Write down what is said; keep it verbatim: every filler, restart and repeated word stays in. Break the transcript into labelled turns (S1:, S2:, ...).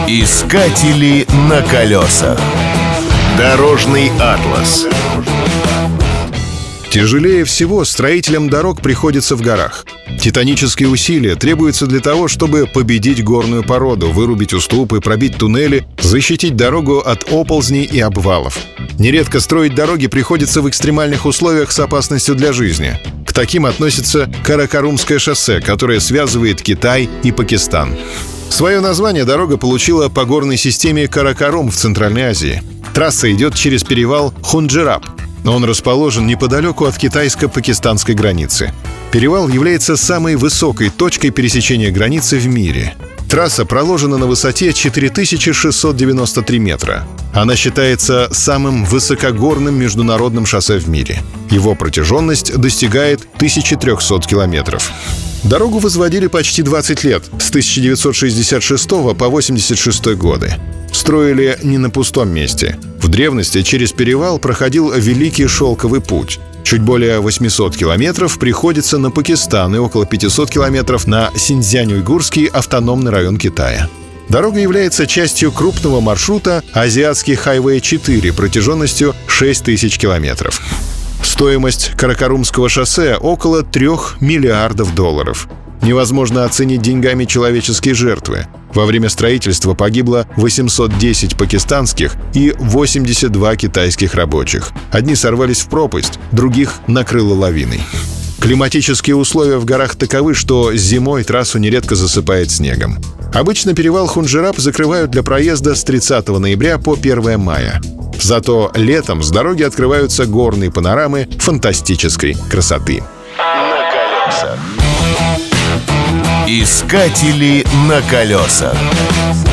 S1: Искатели на колесах. Дорожный атлас.
S2: Тяжелее всего строителям дорог приходится в горах. Титанические усилия требуются для того, чтобы победить горную породу, вырубить уступы, пробить туннели, защитить дорогу от оползней и обвалов. Нередко строить дороги приходится в экстремальных условиях с опасностью для жизни. К таким относится Каракарумское шоссе, которое связывает Китай и Пакистан. Свое название дорога получила по горной системе Каракарум в Центральной Азии. Трасса идет через перевал Хунджираб, но он расположен неподалеку от китайско-пакистанской границы. Перевал является самой высокой точкой пересечения границы в мире. Трасса проложена на высоте четыре тысячи шестьсот девяносто три метра. Она считается самым высокогорным международным шоссе в мире. Его протяженность достигает тысячи трёхсот километров. Дорогу возводили почти двадцать лет, с тысяча девятьсот шестьдесят шестого по восемьдесят шестой годы. Строили не на пустом месте. В древности через перевал проходил Великий Шелковый путь. Чуть более восемьсот километров приходится на Пакистан и около пятисот километров на Синьцзянь-Уйгурский автономный район Китая. Дорога является частью крупного маршрута Азиатский хайвей четыре протяженностью шесть тысяч километров. Стоимость Каракарумского шоссе около трех миллиардов долларов. Невозможно оценить деньгами человеческие жертвы. Во время строительства погибло восемьсот десять пакистанских и восемьдесят два китайских рабочих. Одни сорвались в пропасть, других накрыло лавиной. Климатические условия в горах таковы, что зимой трассу нередко засыпает снегом. Обычно перевал Хунджираб закрывают для проезда с тридцатого ноября по первое мая. Зато летом с дороги открываются горные панорамы фантастической красоты.
S1: На колесах. Искатели на колесах.